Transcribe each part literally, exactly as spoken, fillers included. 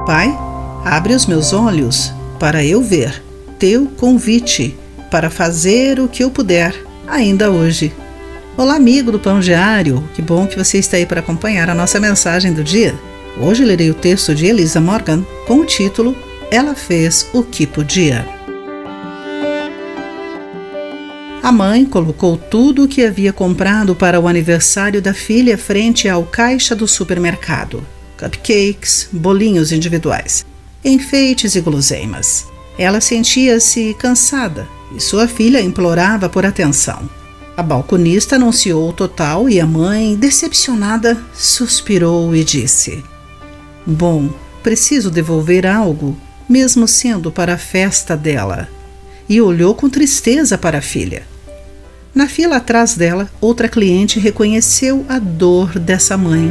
Pai, abre os meus olhos para eu ver teu convite para fazer o que eu puder ainda hoje. Olá, amigo do Pão Diário, que bom que você está aí para acompanhar a nossa mensagem do dia. Hoje lerei o texto de Elisa Morgan com o título Ela fez o que podia. A mãe colocou tudo o que havia comprado para o aniversário da filha frente ao caixa do supermercado. Cupcakes, bolinhos individuais, enfeites e guloseimas. Ela sentia-se cansada e sua filha implorava por atenção. A balconista anunciou o total e a mãe, decepcionada, suspirou e disse: Bom, preciso devolver algo, mesmo sendo para a festa dela. E olhou com tristeza para a filha. Na fila atrás dela, outra cliente reconheceu a dor dessa mãe.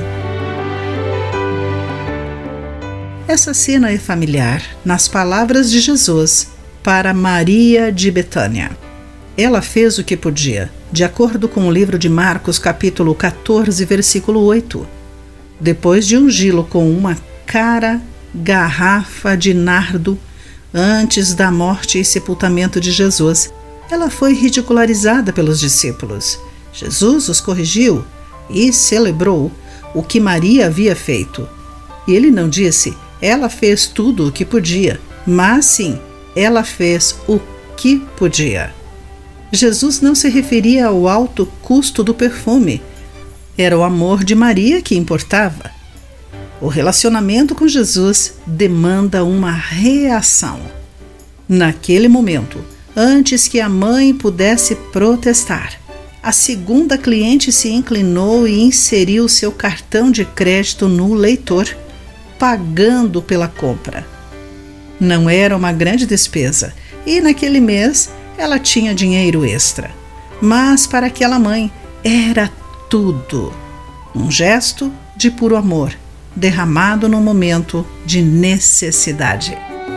Essa cena é familiar nas palavras de Jesus para Maria de Betânia. Ela fez o que podia, de acordo com o livro de Marcos, capítulo catorze, versículo oito. Depois de ungí-lo com uma cara garrafa de nardo antes da morte e sepultamento de Jesus, ela foi ridicularizada pelos discípulos. Jesus os corrigiu e celebrou o que Maria havia feito. E ele não disse, ela fez tudo o que podia, mas sim, ela fez o que podia. Jesus não se referia ao alto custo do perfume. Era o amor de Maria que importava. O relacionamento com Jesus demanda uma reação. Naquele momento, antes que a mãe pudesse protestar, a segunda cliente se inclinou e inseriu seu cartão de crédito no leitor, pagando pela compra. Não era uma grande despesa e naquele mês ela tinha dinheiro extra. Mas para aquela mãe era tudo. Um gesto de puro amor, derramado num momento de necessidade.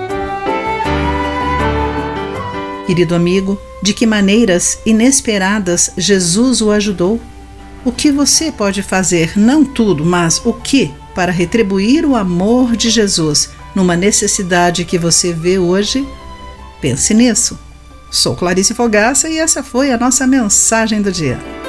Querido amigo, de que maneiras inesperadas Jesus o ajudou? O que você pode fazer, não tudo, mas o que, para retribuir o amor de Jesus numa necessidade que você vê hoje? Pense nisso. Sou Clarice Fogaça e essa foi a nossa mensagem do dia.